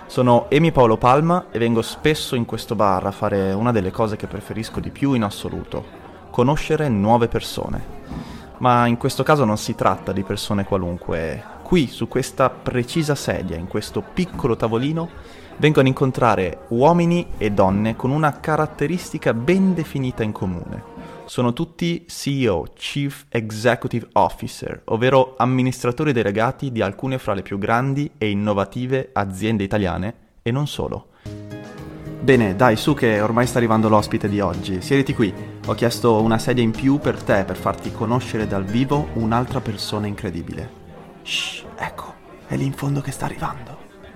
Sono Emi Paolo Palma e vengo spesso in questo bar a fare una delle cose che preferisco di più in assoluto: conoscere nuove persone. Ma in questo caso non si tratta di persone qualunque. Qui, su questa precisa sedia, in questo piccolo tavolino, vengo ad incontrare uomini e donne con una caratteristica ben definita in comune. Sono tutti CEO, Chief Executive Officer, ovvero amministratori delegati di alcune fra le più grandi e innovative aziende italiane, e non solo. Bene, dai, su che ormai sta arrivando l'ospite di oggi. Siediti qui. Ho chiesto una sedia in più per te, per farti conoscere dal vivo un'altra persona incredibile. Shh, ecco, è lì in fondo che sta arrivando.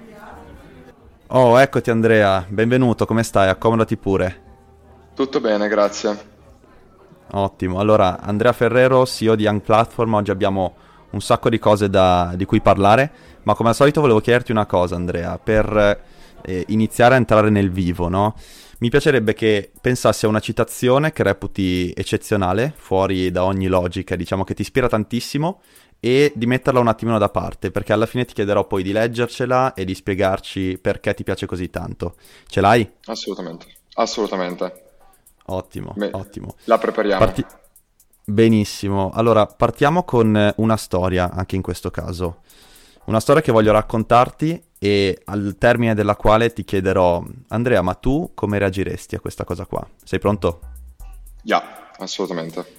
Oh, eccoti Andrea, benvenuto, come stai? Accomodati pure. Tutto bene, grazie. Ottimo, allora Andrea Ferrero, CEO di Young Platform. Oggi abbiamo un sacco di cose di cui parlare, ma come al solito volevo chiederti una cosa, Andrea, per iniziare a entrare nel vivo, no? Mi piacerebbe che pensassi a una citazione che reputi eccezionale, fuori da ogni logica, diciamo che ti ispira tantissimo, e di metterla un attimino da parte, perché alla fine ti chiederò poi di leggercela e di spiegarci perché ti piace così tanto. Ce l'hai? Assolutamente. Ottimo, Beh, ottimo. la prepariamo. Benissimo, allora partiamo con una storia, anche in questo caso. Una storia che voglio raccontarti e al termine della quale ti chiederò: Andrea, ma tu come reagiresti a questa cosa qua? Sei pronto? Assolutamente.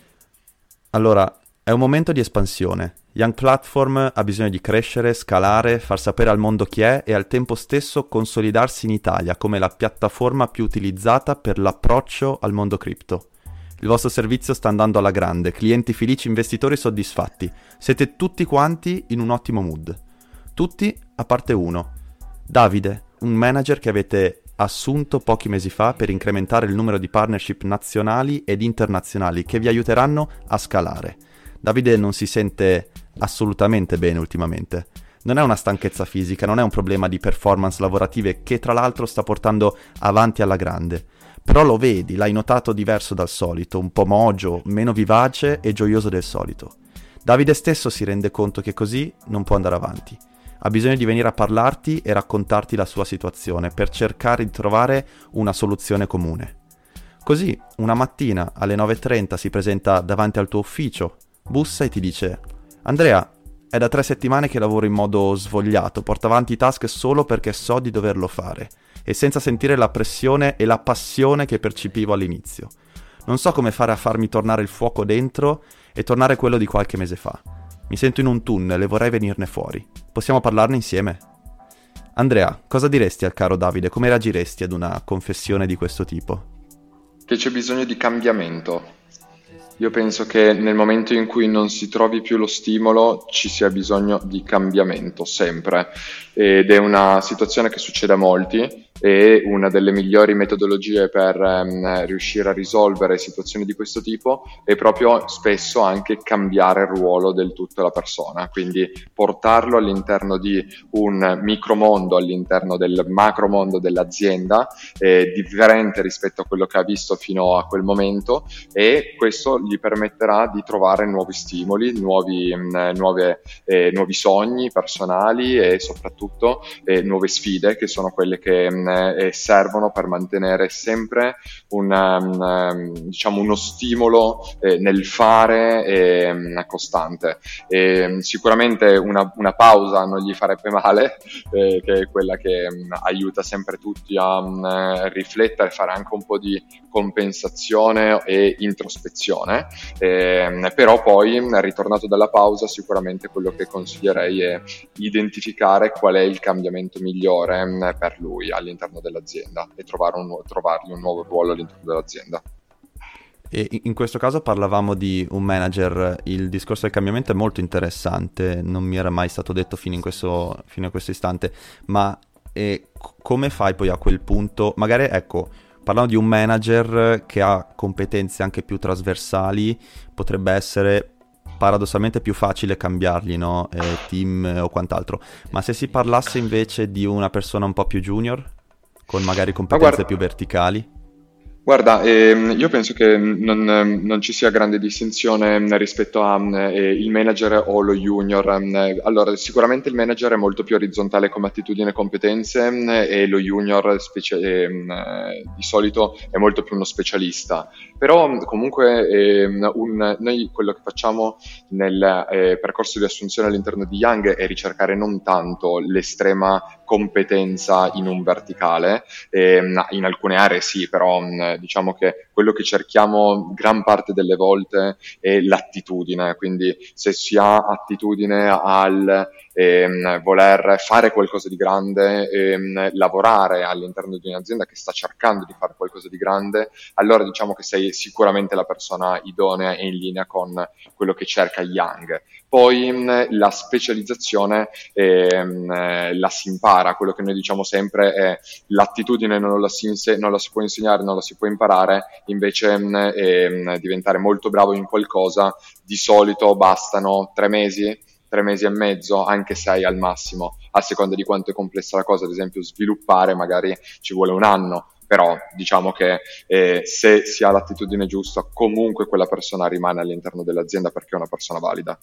Allora, è un momento di espansione. Young Platform ha bisogno di crescere, scalare, far sapere al mondo chi è e al tempo stesso consolidarsi in Italia come la piattaforma più utilizzata per l'approccio al mondo cripto. Il vostro servizio sta andando alla grande, clienti felici, investitori soddisfatti. Siete tutti quanti in un ottimo mood. Tutti a parte uno. Davide, un manager che avete assunto pochi mesi fa per incrementare il numero di partnership nazionali ed internazionali che vi aiuteranno a scalare. Davide non si sente assolutamente bene ultimamente. Non è una stanchezza fisica, non è un problema di performance lavorative che tra l'altro sta portando avanti alla grande. Però lo vedi, l'hai notato diverso dal solito, un po' mogio, meno vivace e gioioso del solito. Davide stesso si rende conto che così non può andare avanti. Ha bisogno di venire a parlarti e raccontarti la sua situazione per cercare di trovare una soluzione comune. Così, una mattina alle 9:30 si presenta davanti al tuo ufficio, bussa e ti dice: Andrea, è da 3 settimane che lavoro in modo svogliato, porto avanti i task solo perché so di doverlo fare e senza sentire la pressione e la passione che percepivo all'inizio. Non so come fare a farmi tornare il fuoco dentro e tornare quello di qualche mese fa. Mi sento in un tunnel e vorrei venirne fuori. Possiamo parlarne insieme? Andrea, cosa diresti al caro Davide? Come reagiresti ad una confessione di questo tipo? Che c'è bisogno di cambiamento. Io penso che nel momento in cui non si trovi più lo stimolo ci sia bisogno di cambiamento, sempre. Ed è una situazione che succede a molti e una delle migliori metodologie per riuscire a risolvere situazioni di questo tipo è proprio spesso anche cambiare il ruolo del tutto della persona, quindi portarlo all'interno di un micromondo, all'interno del macromondo dell'azienda, differente rispetto a quello che ha visto fino a quel momento, e questo gli permetterà di trovare nuovi stimoli, nuovi sogni personali e soprattutto nuove sfide, che sono quelle che servono per mantenere sempre uno stimolo nel fare costante. Sicuramente una pausa non gli farebbe male, che è quella che aiuta sempre tutti a riflettere, fare anche un po' di compensazione e introspezione, però poi ritornato dalla pausa sicuramente quello che consiglierei è identificare qual è il cambiamento migliore per lui all'interno dell'azienda e trovargli un nuovo ruolo all'interno dell'azienda. E in questo caso parlavamo di un manager. Il discorso del cambiamento è molto interessante, non mi era mai stato detto fino a questo istante, ma come fai poi a quel punto, magari ecco, parlando di un manager che ha competenze anche più trasversali, potrebbe essere paradossalmente più facile cambiarli, no? Team o quant'altro. Ma se si parlasse invece di una persona un po' più junior, con magari competenze più verticali? Guarda, io penso che non ci sia grande distinzione rispetto a il manager o lo junior. Allora, sicuramente il manager è molto più orizzontale come attitudine e competenze, e lo junior di solito è molto più uno specialista. Però comunque noi quello che facciamo nel percorso di assunzione all'interno di Young è ricercare non tanto l'estrema competenza in un verticale, in alcune aree sì, però diciamo che quello che cerchiamo gran parte delle volte è l'attitudine, quindi se si ha attitudine al voler fare qualcosa di grande, lavorare all'interno di un'azienda che sta cercando di fare qualcosa di grande, allora diciamo che sei sicuramente la persona idonea e in linea con quello che cerca Young. Poi la specializzazione la si impara, quello che noi diciamo sempre è l'attitudine non la si può insegnare, non la si può imparare, invece diventare molto bravo in qualcosa di solito bastano 3 mesi, 3 mesi e mezzo, anche 6 al massimo, a seconda di quanto è complessa la cosa. Ad esempio sviluppare magari ci vuole un anno, però diciamo che se si ha l'attitudine giusta comunque quella persona rimane all'interno dell'azienda perché è una persona valida.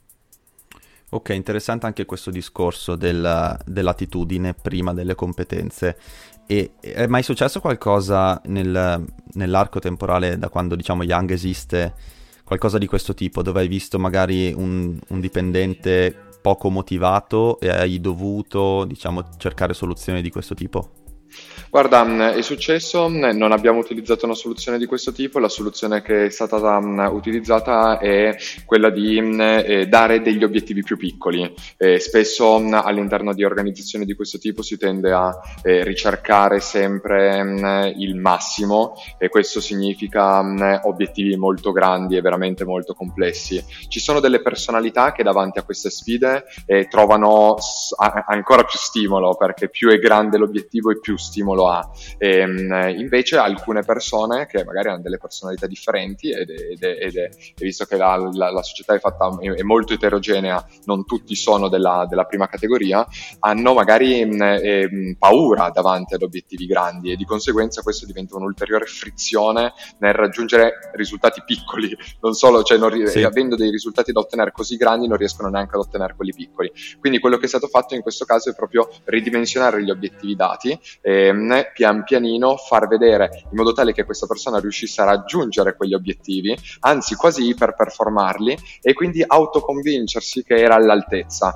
Ok, interessante anche questo discorso dell'attitudine prima delle competenze. E è mai successo qualcosa nell'arco temporale da quando diciamo Young esiste, qualcosa di questo tipo, dove hai visto magari un dipendente poco motivato e hai dovuto, diciamo, cercare soluzioni di questo tipo? Guarda, è successo, non abbiamo utilizzato una soluzione di questo tipo, la soluzione che è stata utilizzata è quella di dare degli obiettivi più piccoli. Spesso all'interno di organizzazioni di questo tipo si tende a ricercare sempre il massimo, e questo significa obiettivi molto grandi e veramente molto complessi. Ci sono delle personalità che davanti a queste sfide trovano ancora più stimolo, perché più è grande l'obiettivo e più stimolo ha. Invece alcune persone che magari hanno delle personalità differenti e visto che la società è molto eterogenea, non tutti sono della prima categoria, hanno magari paura davanti ad obiettivi grandi, e di conseguenza questo diventa un'ulteriore frizione nel raggiungere risultati piccoli, non solo, cioè Sì. avendo dei risultati da ottenere così grandi non riescono neanche ad ottenere quelli piccoli. Quindi quello che è stato fatto in questo caso è proprio ridimensionare gli obiettivi dati, pian pianino far vedere in modo tale che questa persona riuscisse a raggiungere quegli obiettivi, anzi quasi iperperformarli, e quindi autoconvincersi che era all'altezza.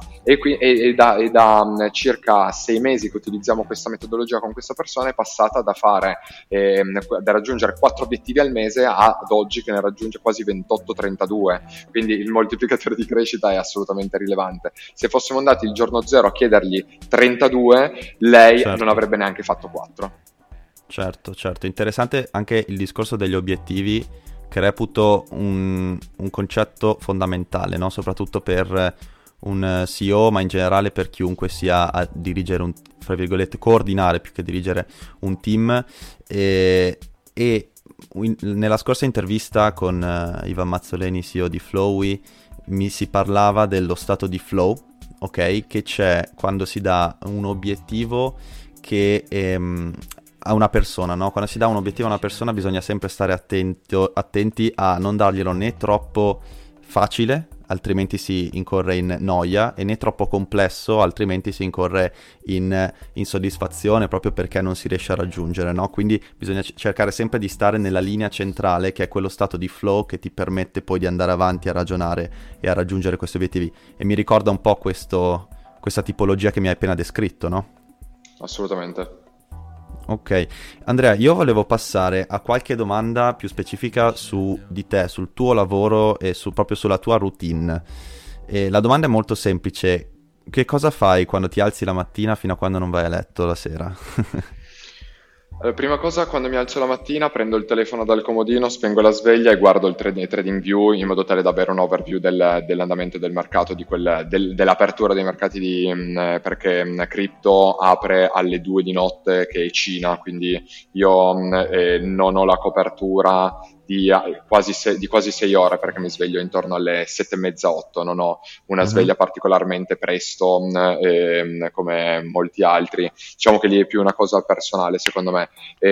Da circa 6 mesi che utilizziamo questa metodologia con questa persona è passata da raggiungere 4 obiettivi al mese ad oggi che ne raggiunge quasi 28-32, quindi il moltiplicatore di crescita è assolutamente rilevante. Se fossimo andati il giorno zero a chiedergli 32, lei non Certo. avrebbe neanche fatto 4. Certo, certo. Interessante anche il discorso degli obiettivi, che reputo un concetto fondamentale, no? Soprattutto per un CEO, ma in generale per chiunque sia a dirigere fra virgolette, coordinare più che dirigere un team. Nella scorsa intervista con Ivan Mazzoleni, CEO di Flowy, mi si parlava dello stato di flow, ok? Che c'è quando si dà un obiettivo che a una persona, no? Quando si dà un obiettivo a una persona bisogna sempre stare attenti a non darglielo né troppo facile, altrimenti si incorre in noia, e né troppo complesso, altrimenti si incorre in insoddisfazione, proprio perché non si riesce a raggiungere, no? Quindi bisogna cercare sempre di stare nella linea centrale, che è quello stato di flow che ti permette poi di andare avanti a ragionare e a raggiungere questi obiettivi. E mi ricorda un po' questa tipologia che mi hai appena descritto, no? Assolutamente. Ok, Andrea, io volevo passare a qualche domanda più specifica su di te, sul tuo lavoro e proprio sulla tua routine. E la domanda è molto semplice: che cosa fai quando ti alzi la mattina fino a quando non vai a letto la sera? Prima cosa, quando mi alzo la mattina, prendo il telefono dal comodino, spengo la sveglia e guardo il Trading View in modo tale da avere un overview dell'andamento del mercato, dell'apertura dei mercati, perché Crypto apre alle 2 di notte, che è Cina, quindi io non ho la copertura di quasi 6 ore, perché mi sveglio intorno alle 7:30, 8, non ho una sveglia particolarmente presto come molti altri, diciamo che lì è più una cosa personale secondo me.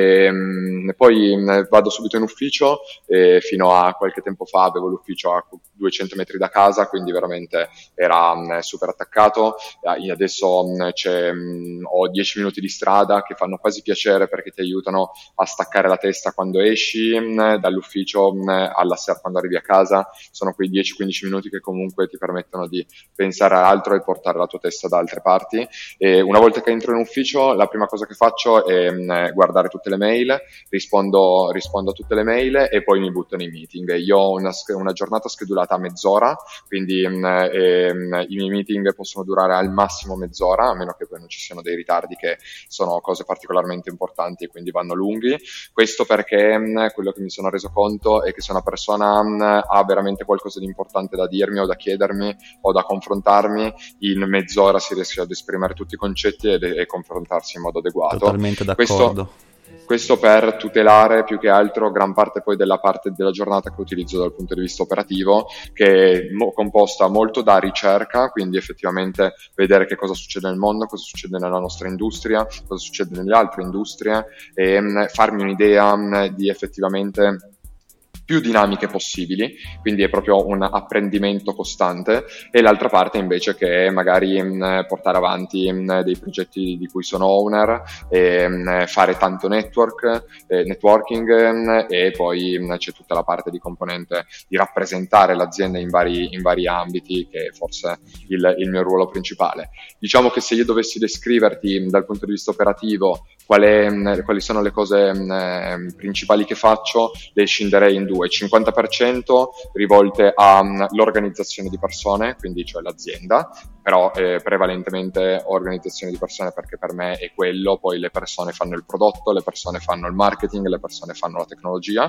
Poi vado subito in ufficio, fino a qualche tempo fa avevo l'ufficio a 200 metri da casa, quindi veramente era super attaccato. Adesso ho 10 minuti di strada che fanno quasi piacere, perché ti aiutano a staccare la testa quando esci dall'ufficio alla sera quando arrivi a casa. Sono quei 10-15 minuti che comunque ti permettono di pensare a altro e portare la tua testa da altre parti. E una volta che entro in ufficio, la prima cosa che faccio è guardare tutte le mail, rispondo a tutte le mail e poi mi butto nei meeting. Io ho una giornata schedulata a mezz'ora, quindi i miei meeting possono durare al massimo mezz'ora, a meno che poi non ci siano dei ritardi che sono cose particolarmente importanti e quindi vanno lunghi. Questo perché quello che mi sono reso conto è che se una persona ha veramente qualcosa di importante da dirmi o da chiedermi o da confrontarmi, in mezz'ora si riesce ad esprimere tutti i concetti e confrontarsi in modo adeguato. Totalmente d'accordo. Questo per tutelare più che altro gran parte poi della parte della giornata che utilizzo dal punto di vista operativo, che è composta molto da ricerca, quindi effettivamente vedere che cosa succede nel mondo, cosa succede nella nostra industria, cosa succede nelle altre industrie, e farmi un'idea di effettivamente più dinamiche possibili, quindi è proprio un apprendimento costante. E l'altra parte invece che è magari portare avanti dei progetti di cui sono owner, fare tanto networking, e poi c'è tutta la parte di componente di rappresentare l'azienda in vari ambiti, che è forse il mio ruolo principale. Diciamo che se io dovessi descriverti dal punto di vista operativo quali sono le cose principali che faccio, le scinderei in due: 50% rivolte all'organizzazione di persone, quindi cioè l'azienda, però prevalentemente organizzazione di persone, perché per me è quello. Poi le persone fanno il prodotto, le persone fanno il marketing, le persone fanno la tecnologia,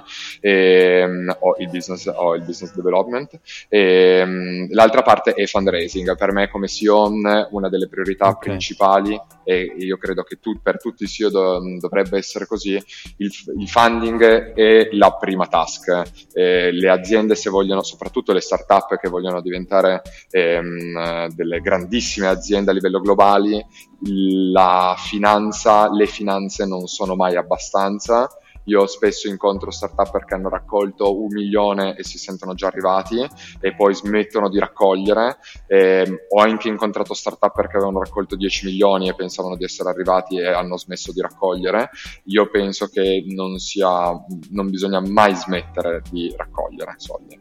o il business development. L'altra parte è fundraising. Per me come CEO una delle priorità principali, e io credo che per tutti i CEO dovrebbe essere così, il funding è la prima task. Le aziende, se vogliono, soprattutto le start-up che vogliono diventare delle grandissime aziende a livello globale, le finanze non sono mai abbastanza. Io spesso incontro startup che hanno raccolto 1 milione e si sentono già arrivati e poi smettono di raccogliere. Ho anche incontrato startup che avevano raccolto 10 milioni e pensavano di essere arrivati e hanno smesso di raccogliere. Io penso che non bisogna mai smettere di raccogliere soldi.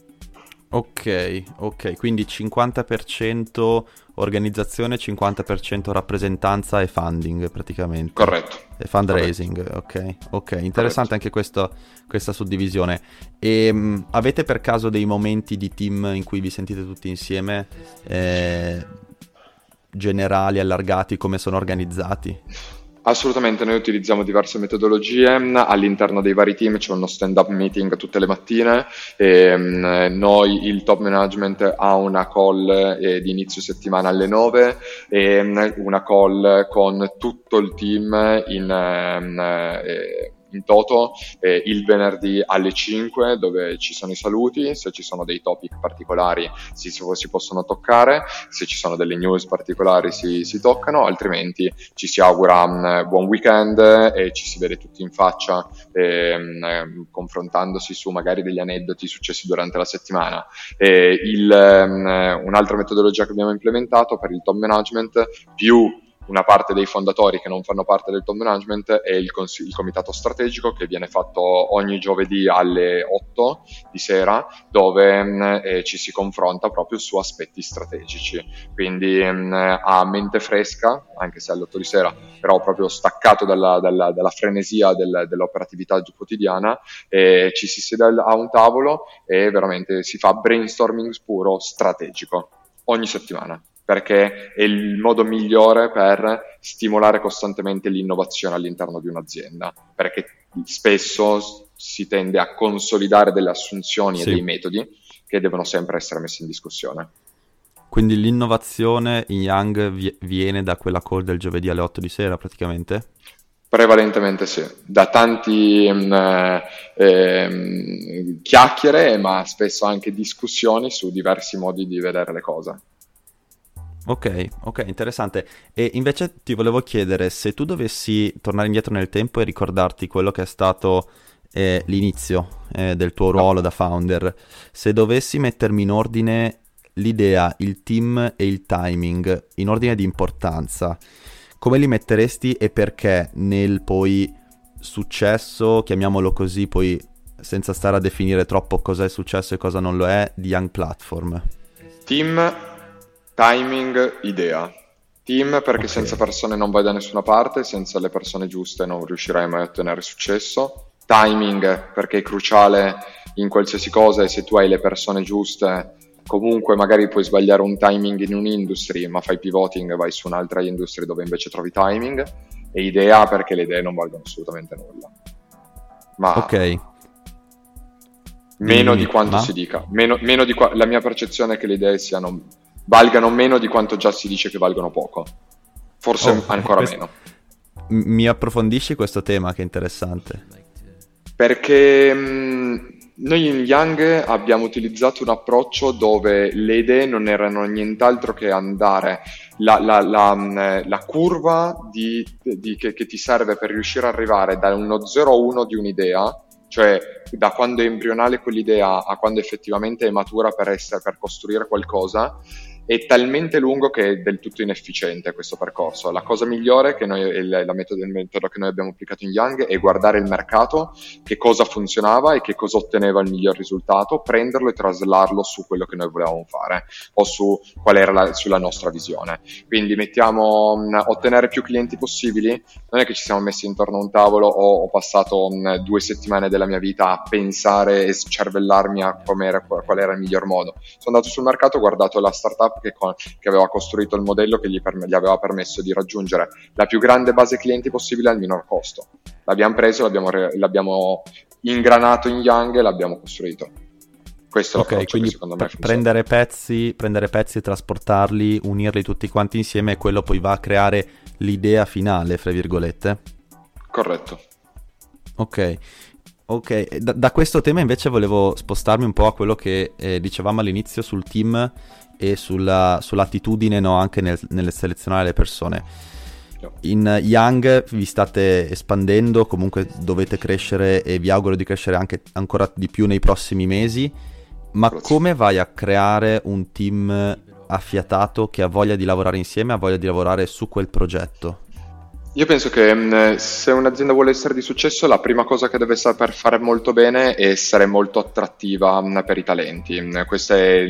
Ok, quindi 50% organizzazione, 50% rappresentanza e funding praticamente. Corretto. E fundraising, ok. Interessante anche questa suddivisione. E avete per caso dei momenti di team in cui vi sentite tutti insieme, generali, allargati, come sono organizzati? Assolutamente, noi utilizziamo diverse metodologie. All'interno dei vari team c'è uno stand-up meeting tutte le mattine. Noi, il top management, ha una call di inizio settimana alle 9 e una call con tutto il team in toto il venerdì alle 5, dove ci sono i saluti. Se ci sono dei topic particolari si possono toccare, se ci sono delle news particolari si toccano, altrimenti ci si augura buon weekend e ci si vede tutti in faccia, confrontandosi su magari degli aneddoti successi durante la settimana. Un'altra metodologia che abbiamo implementato per il top management, più una parte dei fondatori che non fanno parte del top management, è il comitato strategico, che viene fatto ogni giovedì alle 8 di sera, dove ci si confronta proprio su aspetti strategici. Quindi a mente fresca, anche se alle 8 di sera, però proprio staccato dalla frenesia dell'operatività quotidiana, ci si siede a un tavolo e veramente si fa brainstorming puro strategico ogni settimana, perché è il modo migliore per stimolare costantemente l'innovazione all'interno di un'azienda, perché spesso si tende a consolidare delle assunzioni e dei metodi che devono sempre essere messi in discussione. Quindi l'innovazione in Young viene da quella call del giovedì alle 8 di sera praticamente? Prevalentemente sì, da tanti chiacchiere, ma spesso anche discussioni su diversi modi di vedere le cose. Ok, ok, interessante. E invece ti volevo chiedere se tu dovessi tornare indietro nel tempo e ricordarti quello che è stato l'inizio del tuo Ah, ruolo da founder, se dovessi mettermi in ordine l'idea, il team e il timing, in ordine di importanza, come li metteresti e perché nel poi successo, chiamiamolo così, poi senza stare a definire troppo cosa è successo e cosa non lo è, di Young Platform? team, timing, idea. Team perché Ok, senza persone non vai da nessuna parte, senza le persone giuste non riuscirai mai a ottenere successo. Timing perché è cruciale in qualsiasi cosa e se tu hai le persone giuste, comunque magari puoi sbagliare un timing in un'industria, ma fai pivoting e vai su un'altra industria dove invece trovi timing. E idea perché le idee non valgono assolutamente nulla, ok, ma dimmi, meno di dimmi, quanto ma? si dica. La mia percezione è che le idee valgano meno di quanto già si dice che valgono poco, forse Oh, ancora meno. mi approfondisci questo tema che è interessante. Perché noi in Young abbiamo utilizzato un approccio dove le idee non erano nient'altro che andare la curva che ti serve per riuscire ad arrivare da uno 0 a 1 di un'idea, cioè da quando è embrionale quell'idea a quando effettivamente è matura per costruire qualcosa, è talmente lungo che è del tutto inefficiente questo percorso. La cosa migliore che noi, il metodo che noi abbiamo applicato in Young è guardare il mercato, che cosa funzionava e che cosa otteneva il miglior risultato, prenderlo e traslarlo su quello che noi volevamo fare o su qual era sulla nostra visione. Quindi ottenere più clienti possibili, non è che ci siamo messi intorno a un tavolo o ho passato 2 settimane della mia vita a pensare e scervellarmi a qual era il miglior modo. Sono andato sul mercato, ho guardato la startup che aveva costruito il modello che gli aveva permesso di raggiungere la più grande base clienti possibile al minor costo. L'abbiamo preso, l'abbiamo ingranato in Young e l'abbiamo costruito. Questo è Ok, l'approccio che quindi secondo me funziona. prendere pezzi e trasportarli, unirli tutti quanti insieme e quello poi va a creare l'idea finale, fra virgolette. Corretto. Ok, ok. E da questo tema invece volevo spostarmi un po' a quello che dicevamo all'inizio sul team e sull'attitudine, no, anche nel selezionare le persone. No. In Young vi state espandendo, comunque dovete crescere e vi auguro di crescere anche ancora di più nei prossimi mesi, ma Grazie. come vai a creare un team affiatato che ha voglia di lavorare insieme, ha voglia di lavorare su quel progetto? Io penso che se un'azienda vuole essere di successo, la prima cosa che deve saper fare molto bene è essere molto attrattiva per i talenti. Questa è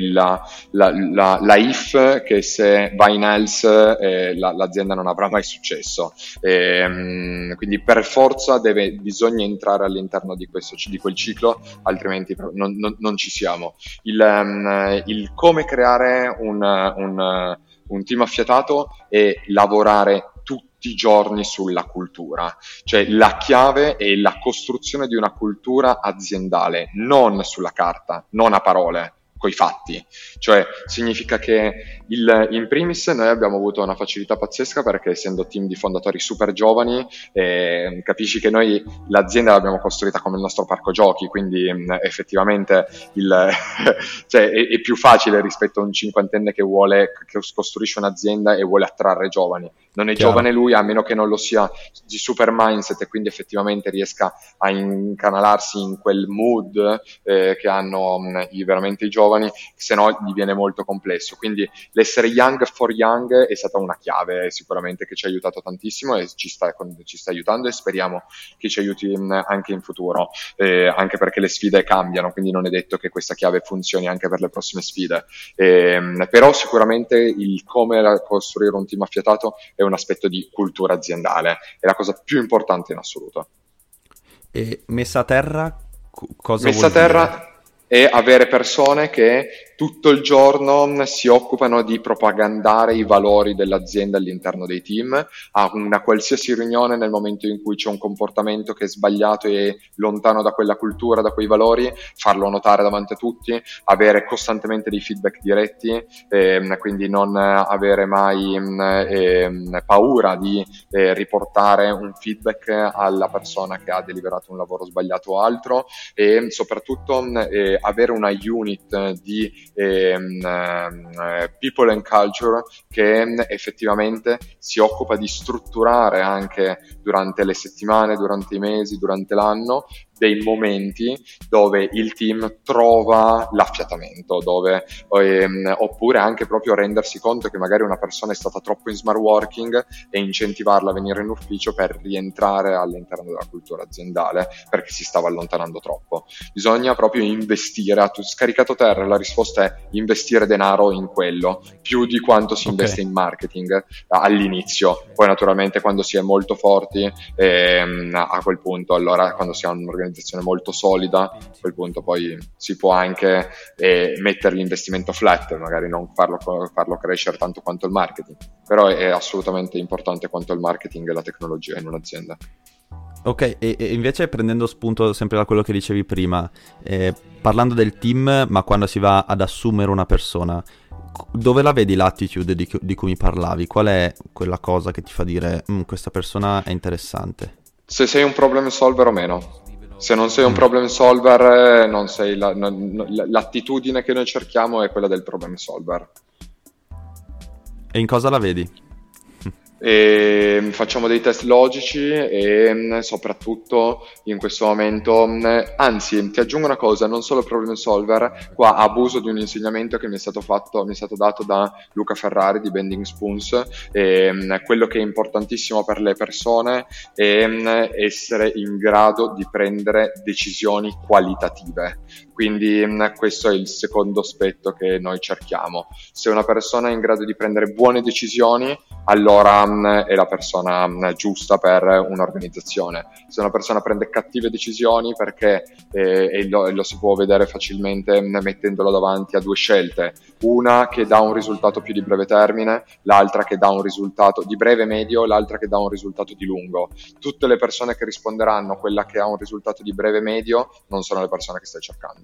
la if che se va in else l'azienda non avrà mai successo. Quindi per forza bisogna entrare all'interno di quel ciclo, altrimenti non ci siamo. Il come creare un team affiatato e lavorare tutti i giorni sulla cultura, cioè la chiave è la costruzione di una cultura aziendale, non sulla carta, non a parole, coi fatti, cioè significa che in primis noi abbiamo avuto una facilità pazzesca perché essendo team di fondatori super giovani, capisci che noi l'azienda l'abbiamo costruita come il nostro parco giochi, quindi effettivamente cioè, è più facile rispetto a un cinquantenne che costruisce un'azienda e vuole attrarre giovani. Non è Chiaro? giovane lui a meno che non lo sia di super mindset e quindi effettivamente riesca a incanalarsi in quel mood che hanno veramente i giovani, se no gli viene molto complesso. Quindi l'essere young for young è stata una chiave sicuramente che ci ha aiutato tantissimo e ci sta aiutando e speriamo che ci aiuti anche in futuro, anche perché le sfide cambiano, quindi non è detto che questa chiave funzioni anche per le prossime sfide. Però sicuramente il come costruire un team affiatato è un aspetto di cultura aziendale, è la cosa più importante in assoluto. E messa a terra, cosa Messa vuol a dire? terra è avere persone che tutto il giorno si occupano di propagandare i valori dell'azienda all'interno dei team. A una qualsiasi riunione, nel momento in cui c'è un comportamento che è sbagliato e lontano da quella cultura, da quei valori, farlo notare davanti a tutti, avere costantemente dei feedback diretti, quindi non avere mai paura di riportare un feedback alla persona che ha deliberato un lavoro sbagliato o altro, e soprattutto avere una unit di people and culture che effettivamente si occupa di strutturare anche durante le settimane, durante i mesi, durante l'anno, dei momenti dove il team trova l'affiatamento, dove oppure anche proprio rendersi conto che magari una persona è stata troppo in smart working e incentivarla a venire in ufficio per rientrare all'interno della cultura aziendale perché si stava allontanando troppo. Bisogna proprio investire. Scaricato terra, la risposta è investire denaro in quello, più di quanto si investe in marketing all'inizio. Poi naturalmente quando si è molto forti, a quel punto, allora quando si ha un'organizzazione molto solida, a quel punto poi si può anche mettere l'investimento flat, magari non farlo crescere tanto quanto il marketing, però è assolutamente importante quanto il marketing e la tecnologia in un'azienda. Ok, e invece prendendo spunto sempre da quello che dicevi prima, parlando del team, ma quando si va ad assumere una persona, dove la vedi l'attitude di cui mi parlavi? Qual è quella cosa che ti fa dire questa persona è interessante? Se sei un problem solver o meno. Se non sei un problem solver, non sei l'attitudine che noi cerchiamo è quella del problem solver. E in cosa la vedi? E facciamo dei test logici e soprattutto in questo momento, anzi ti aggiungo una cosa, non solo problem solver, qua abuso di un insegnamento che mi è stato dato da Luca Ferrari di Bending Spoons, quello che è importantissimo per le persone è essere in grado di prendere decisioni qualitative. Quindi questo è il secondo aspetto che noi cerchiamo. Se una persona è in grado di prendere buone decisioni, allora è la persona giusta per un'organizzazione. Se una persona prende cattive decisioni, perché e lo si può vedere facilmente mettendolo davanti a due scelte, una che dà un risultato più di breve termine, l'altra che dà un risultato di breve medio, l'altra che dà un risultato di lungo. Tutte le persone che risponderanno quella che ha un risultato di breve medio non sono le persone che stai cercando.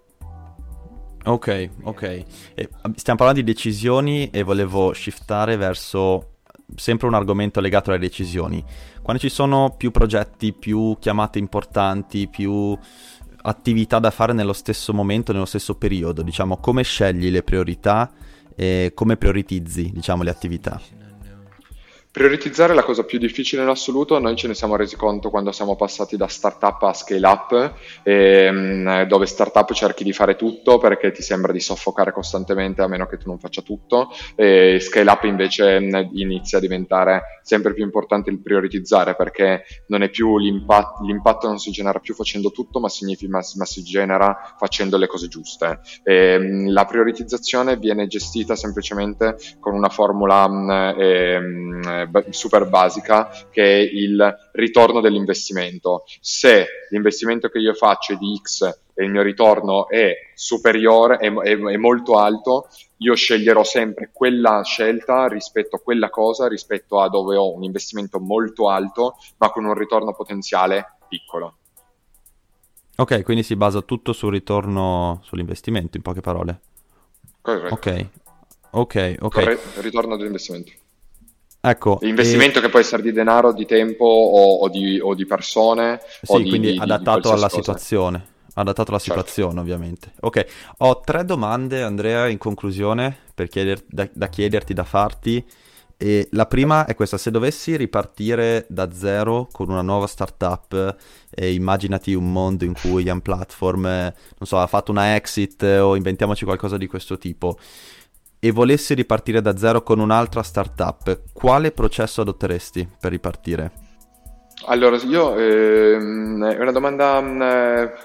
Ok. Stiamo parlando di decisioni e volevo shiftare verso sempre un argomento legato alle decisioni. Quando ci sono più progetti, più chiamate importanti, più attività da fare nello stesso momento, nello stesso periodo, diciamo, come scegli le priorità e come prioritizzi, diciamo, le attività? Prioritizzare è la cosa più difficile in assoluto. Noi ce ne siamo resi conto quando siamo passati da startup a scale up, dove startup cerchi di fare tutto perché ti sembra di soffocare costantemente a meno che tu non faccia tutto, e scale up invece inizia a diventare sempre più importante il prioritizzare, perché non è più l'impatto non si genera più facendo tutto, ma si genera facendo le cose giuste. La prioritizzazione viene gestita semplicemente con una formula super basica, che è il ritorno dell'investimento. Se l'investimento che io faccio è di X e il mio ritorno è superiore, è molto alto, io sceglierò sempre quella scelta rispetto a quella cosa, rispetto a dove ho un investimento molto alto ma con un ritorno potenziale piccolo. Ok, quindi si basa tutto sul ritorno sull'investimento, in poche parole. Corretto. Ok. Ritorno dell'investimento. Ecco, L'investimento che può essere di denaro, di tempo o di persone. Sì, quindi adattato alla cosa. situazione. Adattato alla situazione, certo. Ovviamente. Ok, ho 3 domande, Andrea, in conclusione, da chiederti, da farti. E la prima è questa: se dovessi ripartire da zero con una nuova startup, immaginati un mondo in cui Young Platform, non so, ha fatto una exit o inventiamoci qualcosa di questo tipo, e volessi ripartire da zero con un'altra startup, quale processo adotteresti per ripartire? Allora, io è una domanda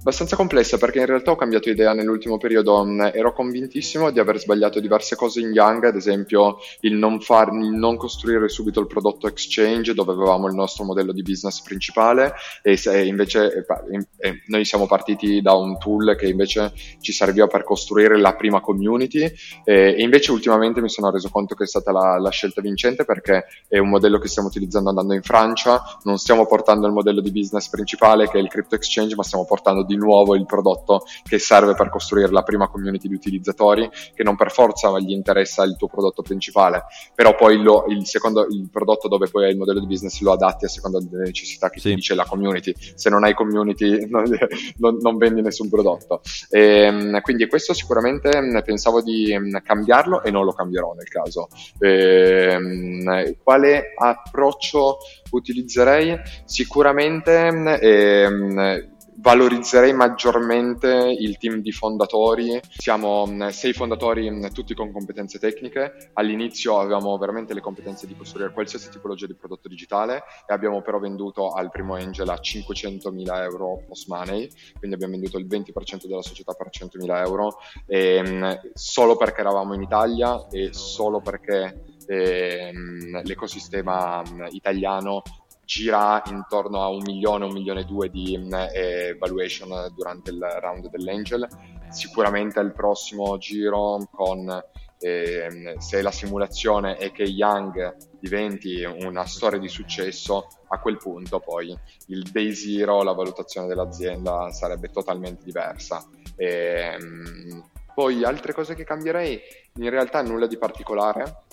Abbastanza complessa perché in realtà ho cambiato idea nell'ultimo periodo. Ero convintissimo di aver sbagliato diverse cose in Young, ad esempio il non costruire subito il prodotto exchange dove avevamo il nostro modello di business principale e invece noi siamo partiti da un tool che invece ci serviva per costruire la prima community e invece ultimamente mi sono reso conto che è stata la scelta vincente perché è un modello che stiamo utilizzando andando in Francia, non stiamo portando il modello di business principale che è il crypto exchange, ma stiamo portando di nuovo il prodotto che serve per costruire la prima community di utilizzatori, che non per forza gli interessa il tuo prodotto principale, però poi il prodotto dove poi hai il modello di business lo adatti a seconda delle necessità che ti dice la community. Se non hai community non vendi nessun prodotto. Quindi questo sicuramente pensavo di cambiarlo e non lo cambierò nel caso. Quale approccio utilizzerei? Sicuramente valorizzerei maggiormente il team di fondatori. Siamo 6 fondatori, tutti con competenze tecniche. All'inizio avevamo veramente le competenze di costruire qualsiasi tipologia di prodotto digitale e abbiamo però venduto al primo angel a 500.000 euro post money, quindi abbiamo venduto il 20% della società per 100.000 euro solo perché eravamo in Italia e solo perché l'ecosistema italiano gira intorno a 1 milione, 1 milione e 2 di valuation durante il round dell'Angel. Sicuramente il prossimo giro se la simulazione è che Young diventi una storia di successo, a quel punto poi il day zero, la valutazione dell'azienda sarebbe totalmente diversa. Poi altre cose che cambierei, in realtà nulla di particolare.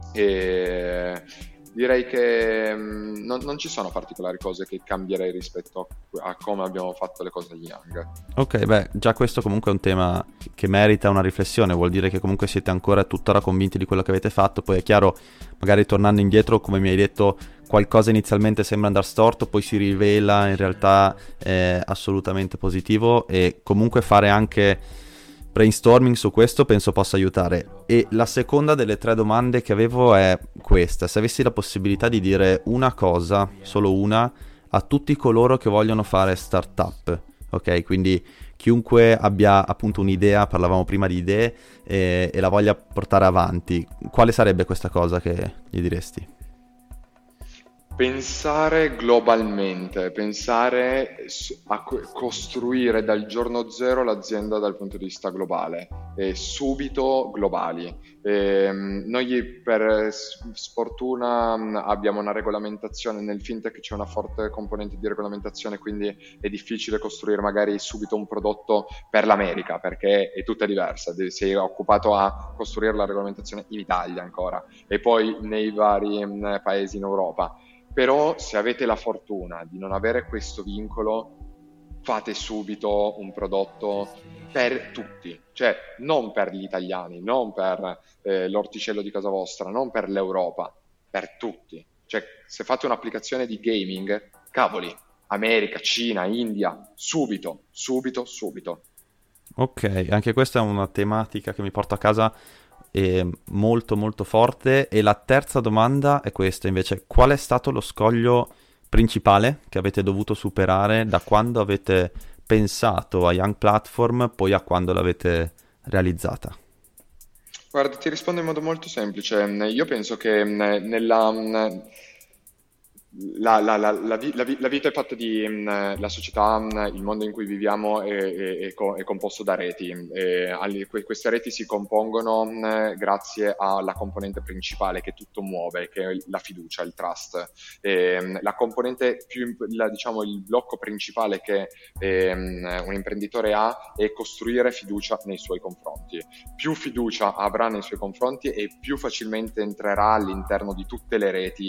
Direi che non ci sono particolari cose che cambierei rispetto a come abbiamo fatto le cose agli Young. Ok, beh, già questo comunque è un tema che merita una riflessione, vuol dire che comunque siete ancora tuttora convinti di quello che avete fatto. Poi è chiaro, magari tornando indietro, come mi hai detto, qualcosa inizialmente sembra andare storto, poi si rivela in realtà assolutamente positivo, e comunque fare anche brainstorming su questo penso possa aiutare. E la seconda delle 3 domande che avevo è questa: se avessi la possibilità di dire una cosa, solo una, a tutti coloro che vogliono fare startup, ok? Quindi chiunque abbia appunto un'idea, parlavamo prima di idee, e la voglia portare avanti, quale sarebbe questa cosa che gli diresti? Pensare globalmente, pensare a costruire dal giorno zero l'azienda dal punto di vista globale, subito globali. Noi per sfortuna abbiamo una regolamentazione, nel fintech c'è una forte componente di regolamentazione, quindi è difficile costruire magari subito un prodotto per l'America perché è tutta diversa, sei occupato a costruire la regolamentazione in Italia ancora e poi nei vari paesi in Europa. Però se avete la fortuna di non avere questo vincolo, fate subito un prodotto per tutti, cioè non per gli italiani, non per l'orticello di casa vostra, non per l'Europa, per tutti. Cioè se fate un'applicazione di gaming, cavoli, America, Cina, India, subito, subito, subito. Ok, anche questa è una tematica che mi porto a casa molto molto forte. E la terza domanda è questa invece: qual è stato lo scoglio principale che avete dovuto superare da quando avete pensato a Young Platform poi a quando l'avete realizzata? Guarda, ti rispondo in modo molto semplice. Io penso che la vita è fatta la società, il mondo in cui viviamo è composto da reti. Queste reti si compongono grazie alla componente principale che tutto muove, che è la fiducia, il trust. La componente diciamo, il blocco principale che un imprenditore ha è costruire fiducia nei suoi confronti. Più fiducia avrà nei suoi confronti e più facilmente entrerà all'interno di tutte le reti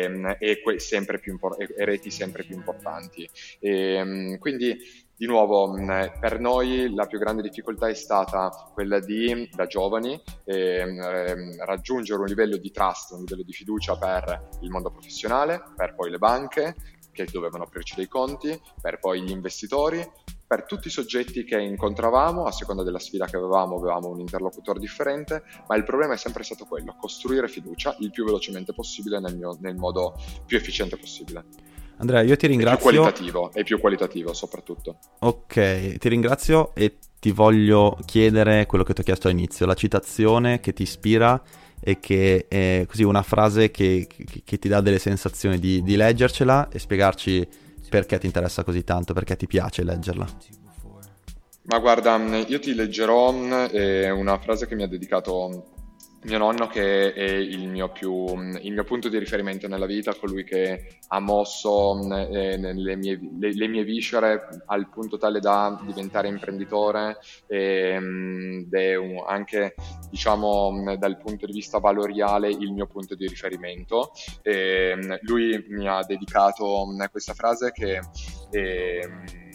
reti sempre più importanti. Quindi di nuovo per noi la più grande difficoltà è stata quella di, da giovani, raggiungere un livello di trust, un livello di fiducia per il mondo professionale, per poi le banche che dovevano aprirci dei conti, per poi gli investitori, per tutti i soggetti che incontravamo. A seconda della sfida che avevamo un interlocutore differente, ma il problema è sempre stato quello: costruire fiducia il più velocemente possibile nel modo più efficiente possibile. Andrea, io ti ringrazio. È più qualitativo soprattutto. Ok, ti ringrazio e ti voglio chiedere quello che ti ho chiesto all'inizio, la citazione che ti ispira e che è così una frase che ti dà delle sensazioni di leggercela e spiegarci perché ti interessa così tanto, perché ti piace leggerla. Ma guarda, io ti leggerò una frase che mi ha dedicato mio nonno, che è il mio punto di riferimento nella vita, colui che ha mosso le mie viscere al punto tale da diventare imprenditore, ed è anche, diciamo, dal punto di vista valoriale il mio punto di riferimento. Lui mi ha dedicato questa frase che è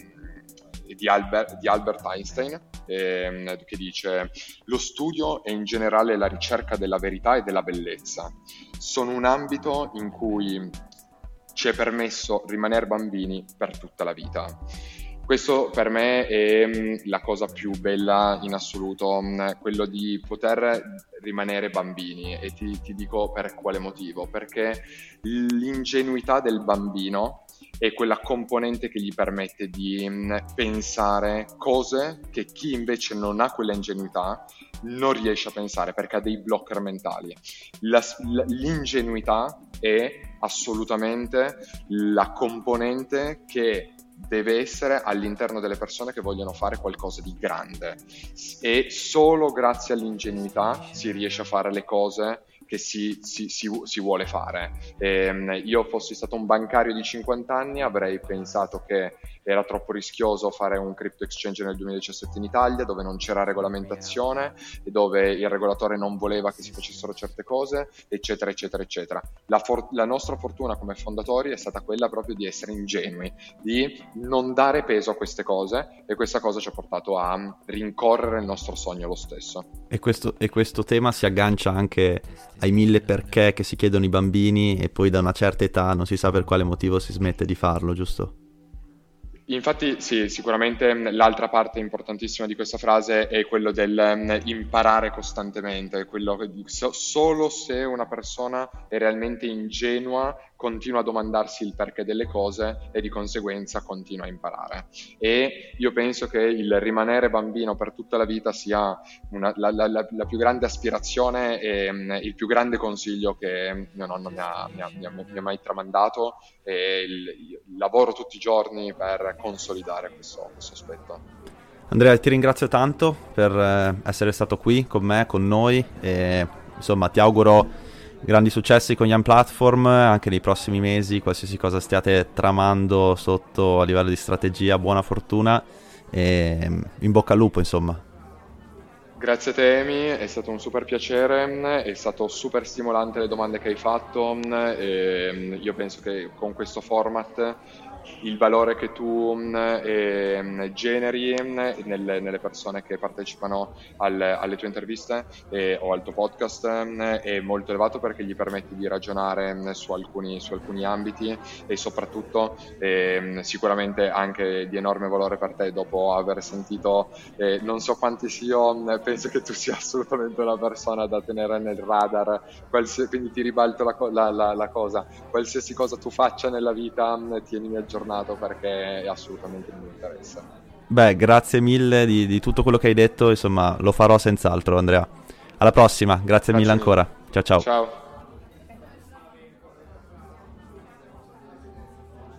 di Albert Einstein, che dice: lo studio e in generale la ricerca della verità e della bellezza sono un ambito in cui ci è permesso rimanere bambini per tutta la vita. Questo per me è la cosa più bella in assoluto, quello di poter rimanere bambini, e ti dico per quale motivo: perché l'ingenuità del bambino è quella componente che gli permette di pensare cose che chi invece non ha quella ingenuità non riesce a pensare, perché ha dei blocker mentali. L'ingenuità è assolutamente la componente che deve essere all'interno delle persone che vogliono fare qualcosa di grande, e solo grazie all'ingenuità si riesce a fare le cose che si vuole fare. Io fossi stato un bancario di 50 anni avrei pensato che era troppo rischioso fare un crypto exchange nel 2017 in Italia, dove non c'era regolamentazione e dove il regolatore non voleva che si facessero certe cose, eccetera eccetera eccetera. La nostra fortuna come fondatori è stata quella proprio di essere ingenui, di non dare peso a queste cose, e questa cosa ci ha portato a rincorrere il nostro sogno lo stesso. E questo tema si aggancia anche ai 1000 perché che si chiedono i bambini, e poi da una certa età non si sa per quale motivo si smette di farlo, giusto? Infatti sì, sicuramente l'altra parte importantissima di questa frase è quello del imparare costantemente, quello che solo se una persona è realmente ingenua continua a domandarsi il perché delle cose e di conseguenza continua a imparare. E io penso che il rimanere bambino per tutta la vita sia la più grande aspirazione e il più grande consiglio che mio nonno mi ha mai tramandato, e lavoro tutti i giorni per consolidare questo aspetto. Andrea, ti ringrazio tanto per essere stato qui con me, con noi, e insomma ti auguro grandi successi con Young Platform anche nei prossimi mesi, qualsiasi cosa stiate tramando sotto a livello di strategia, buona fortuna e in bocca al lupo, insomma. Grazie a te Emi, è stato un super piacere, è stato super stimolante le domande che hai fatto, e io penso che con questo format il valore che tu generi nelle persone che partecipano alle tue interviste o al tuo podcast è molto elevato, perché gli permetti di ragionare su alcuni ambiti, e soprattutto sicuramente anche di enorme valore per te dopo aver sentito non so quanti sia, penso che tu sia assolutamente una persona da tenere nel radar, quindi ti ribalto la cosa: qualsiasi cosa tu faccia nella vita tienimi aggiornato, perché è assolutamente il mio interesse. Beh, grazie mille di tutto quello che hai detto, insomma lo farò senz'altro, Andrea. Alla prossima, grazie mille ancora. Ciao ciao. Ciao.